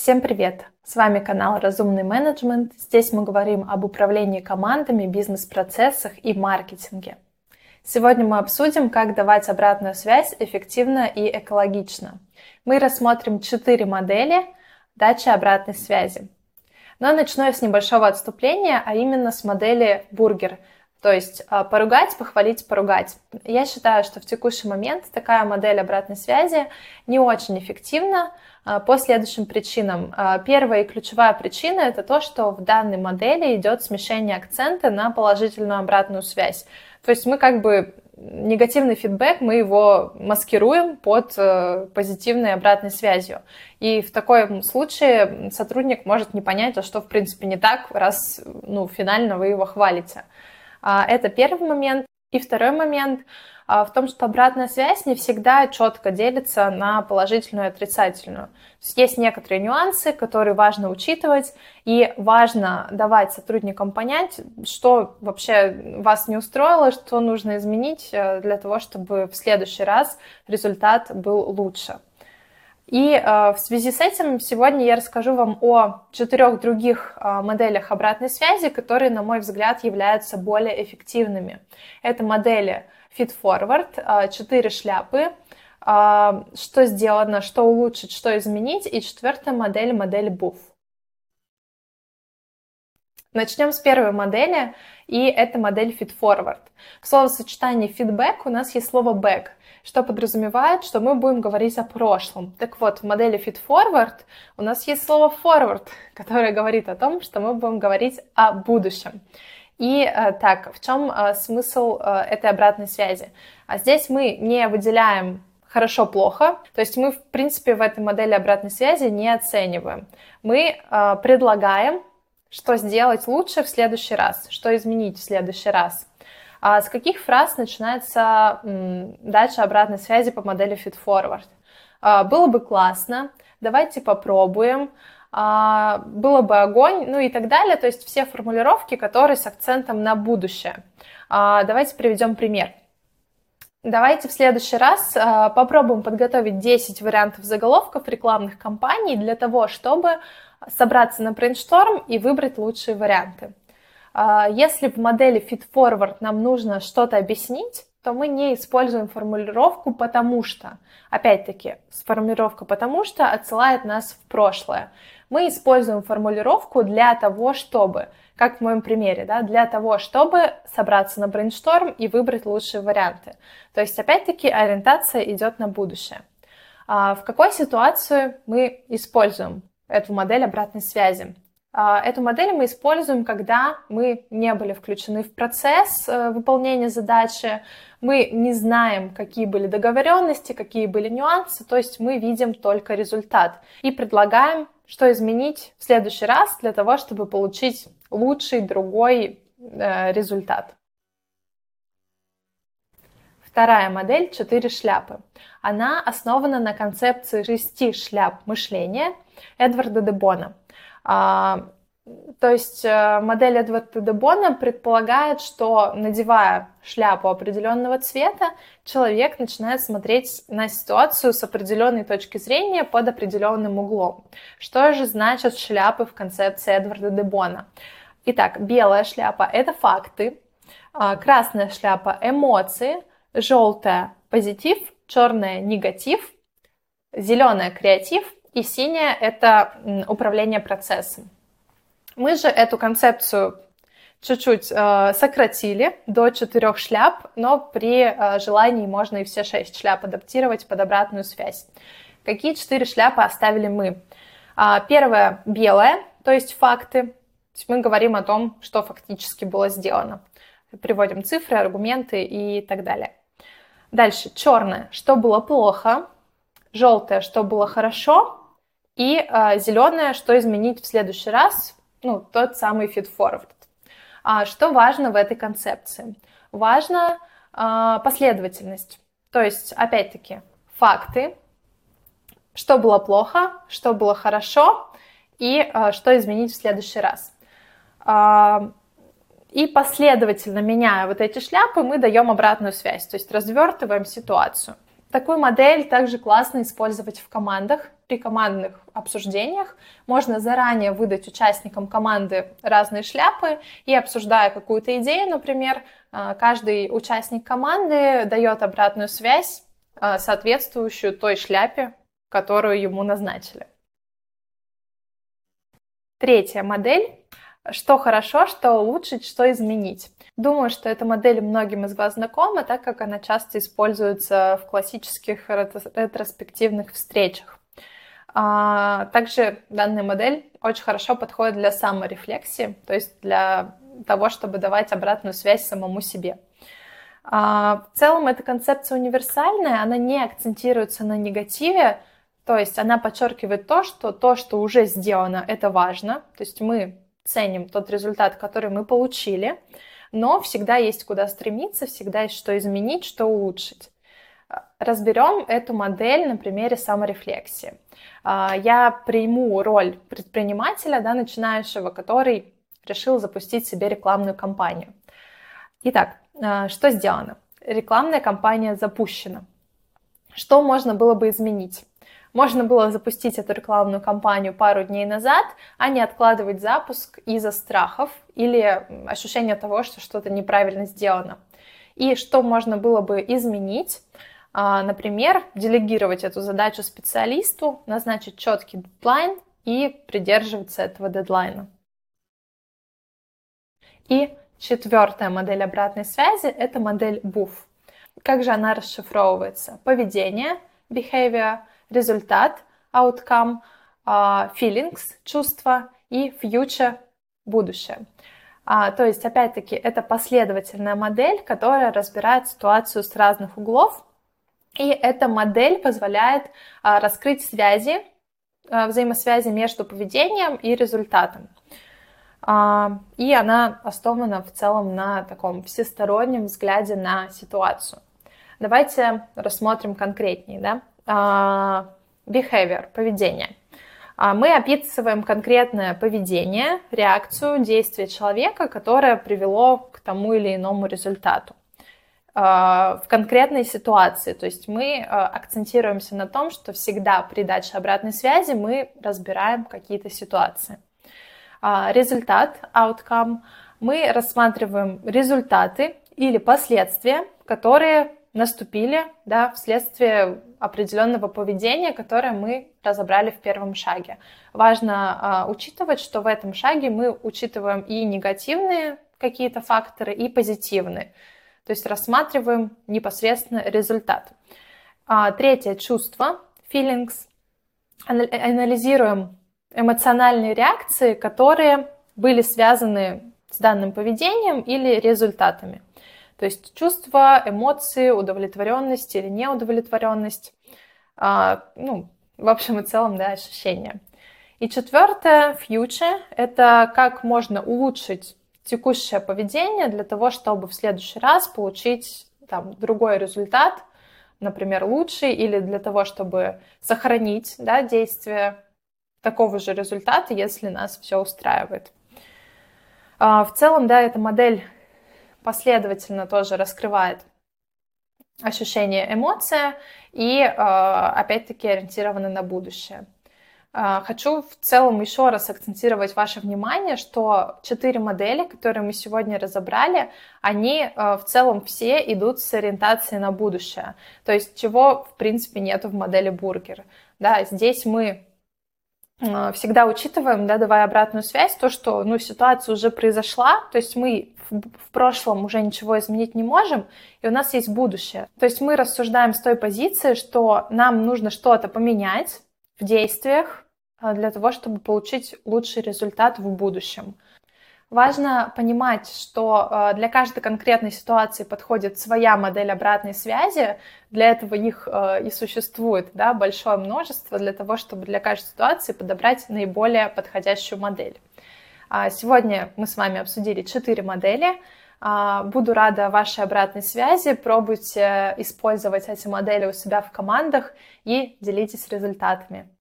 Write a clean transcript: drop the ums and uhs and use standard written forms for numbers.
Всем привет! С вами канал «Разумный менеджмент». Здесь мы говорим об управлении командами, бизнес-процессах и маркетинге. Сегодня мы обсудим, как давать обратную связь эффективно и экологично. Мы рассмотрим 4 модели дачи обратной связи. Но начну я с небольшого отступления, а именно с модели бургер. То есть поругать, похвалить, поругать. Я считаю, что в текущий момент такая модель обратной связи не очень эффективна по следующим причинам. Первая и ключевая причина – это то, что в данной модели идет смещение акцента на положительную обратную связь. То есть мы негативный фидбэк, мы его маскируем под позитивной обратной связью. И в таком случае сотрудник может не понять, а что в принципе не так, раз финально вы его хвалите. Это первый момент. И второй момент в том, что обратная связь не всегда четко делится на положительную и отрицательную. То есть некоторые нюансы, которые важно учитывать, и важно давать сотрудникам понять, что вообще вас не устроило, что нужно изменить для того, чтобы в следующий раз результат был лучше. И в связи с этим сегодня я расскажу вам о 4 других моделях обратной связи, которые, на мой взгляд, являются более эффективными. Это модели feed-forward, 4 шляпы, что сделано, что улучшить, что изменить, и 4-я модель BUF. Начнем с первой модели, и это модель feed-forward. В словосочетании feedback у нас есть слово back, что подразумевает, что мы будем говорить о прошлом. Так вот, в модели feed-forward у нас есть слово forward, которое говорит о том, что мы будем говорить о будущем. И так, в чем смысл этой обратной связи? А здесь мы не выделяем хорошо-плохо, то есть мы, в принципе, в этой модели обратной связи не оцениваем. Мы предлагаем, что сделать лучше в следующий раз, что изменить в следующий раз. С каких фраз начинается дача обратной связи по модели feed-forward? Было бы классно, давайте попробуем, было бы огонь, и так далее. То есть все формулировки, которые с акцентом на будущее. Давайте приведем пример. Давайте в следующий раз попробуем подготовить 10 вариантов заголовков рекламных кампаний для того, чтобы собраться на брейншторм и выбрать лучшие варианты. Если в модели feed-forward нам нужно что-то объяснить, то мы не используем формулировку «потому что». Опять-таки, формулировка «потому что» отсылает нас в прошлое. Мы используем формулировку для того, чтобы, как в моем примере, для того, чтобы собраться на брейншторм и выбрать лучшие варианты. То есть, опять-таки, ориентация идет на будущее. В какой ситуации мы используем эту модель обратной связи? Эту модель мы используем, когда мы не были включены в процесс выполнения задачи, мы не знаем, какие были договоренности, какие были нюансы, то есть мы видим только результат и предлагаем, что изменить в следующий раз для того, чтобы получить лучший, другой результат. Вторая модель 4 шляпы. Она основана на концепции 6 шляп мышления Эдварда де Бона. То есть модель Эдварда де Бона предполагает, что, надевая шляпу определенного цвета, человек начинает смотреть на ситуацию с определенной точки зрения под определенным углом. Что же значит шляпы в концепции Эдварда де Бона? Итак, белая шляпа – это факты, красная шляпа – эмоции, желтая – позитив, черная – негатив, зеленая – креатив, и синяя – это управление процессом. Мы же эту концепцию чуть-чуть сократили до 4 шляп, но при желании можно и все 6 шляп адаптировать под обратную связь. Какие 4 шляпы оставили мы? Первая – белая, то есть факты. То есть мы говорим о том, что фактически было сделано. Приводим цифры, аргументы и так далее. Дальше черная – что было плохо, желтая – что было хорошо, и зеленое, что изменить в следующий раз, тот самый feed-forward. Что важно в этой концепции? Важна последовательность. То есть, опять-таки, факты, что было плохо, что было хорошо, и что изменить в следующий раз. И последовательно меняя вот эти шляпы, мы даем обратную связь, то есть развертываем ситуацию. Такую модель также классно использовать в командах. При командных обсуждениях можно заранее выдать участникам команды разные шляпы и, обсуждая какую-то идею, например, каждый участник команды дает обратную связь, соответствующую той шляпе, которую ему назначили. Третья модель. Что хорошо, что улучшить, что изменить. Думаю, что эта модель многим из вас знакома, так как она часто используется в классических ретроспективных встречах. Также данная модель очень хорошо подходит для саморефлексии, то есть для того, чтобы давать обратную связь самому себе. В целом эта концепция универсальная, она не акцентируется на негативе, то есть она подчеркивает то, что уже сделано, это важно, то есть мы ценим тот результат, который мы получили, но всегда есть куда стремиться, всегда есть что изменить, что улучшить. Разберем эту модель на примере саморефлексии. Я приму роль предпринимателя, начинающего, который решил запустить себе рекламную кампанию. Итак, что сделано? Рекламная кампания запущена. Что можно было бы изменить? Можно было запустить эту рекламную кампанию пару дней назад, а не откладывать запуск из-за страхов или ощущения того, что что-то неправильно сделано. И что можно было бы изменить? Например, делегировать эту задачу специалисту, назначить четкий дедлайн и придерживаться этого дедлайна. И четвертая модель обратной связи – это модель BUF. Как же она расшифровывается? Поведение, behavior, результат, outcome, feelings, чувства и future, будущее. То есть, опять-таки, это последовательная модель, которая разбирает ситуацию с разных углов. И эта модель позволяет раскрыть связи, взаимосвязи между поведением и результатом. И она основана в целом на таком всестороннем взгляде на ситуацию. Давайте рассмотрим конкретнее. Behavior, поведение. Мы описываем конкретное поведение, реакцию, действие человека, которое привело к тому или иному результату в конкретной ситуации. То есть мы акцентируемся на том, что всегда при даче обратной связи мы разбираем какие-то ситуации. Результат, outcome, мы рассматриваем результаты или последствия, которые наступили вследствие определенного поведения, которое мы разобрали в первом шаге. Важно учитывать, что в этом шаге мы учитываем и негативные какие-то факторы, и позитивные. То есть рассматриваем непосредственно результат. Третье, чувство, feelings. Анализируем эмоциональные реакции, которые были связаны с данным поведением или результатами. То есть чувства, эмоции, удовлетворенность или неудовлетворенность, в общем и целом, ощущения. И четвертое, future, это как можно улучшить текущее поведение для того, чтобы в следующий раз получить другой результат, например, лучший, или для того, чтобы сохранить действие такого же результата, если нас все устраивает. В целом, эта модель последовательно тоже раскрывает ощущение, эмоция и, опять-таки, ориентирована на будущее. Хочу в целом еще раз акцентировать ваше внимание, что 4 модели, которые мы сегодня разобрали, они в целом все идут с ориентацией на будущее. То есть чего, в принципе, нету в модели Бургер. Здесь мы всегда учитываем, давая обратную связь, то, что ситуация уже произошла, то есть мы в прошлом уже ничего изменить не можем, и у нас есть будущее. То есть мы рассуждаем с той позиции, что нам нужно что-то поменять в действиях для того, чтобы получить лучший результат в будущем. Важно понимать, что для каждой конкретной ситуации подходит своя модель обратной связи. Для этого их и существует большое множество, для того, чтобы для каждой ситуации подобрать наиболее подходящую модель. Сегодня мы с вами обсудили 4 модели. Буду рада вашей обратной связи. Пробуйте использовать эти модели у себя в командах и делитесь результатами.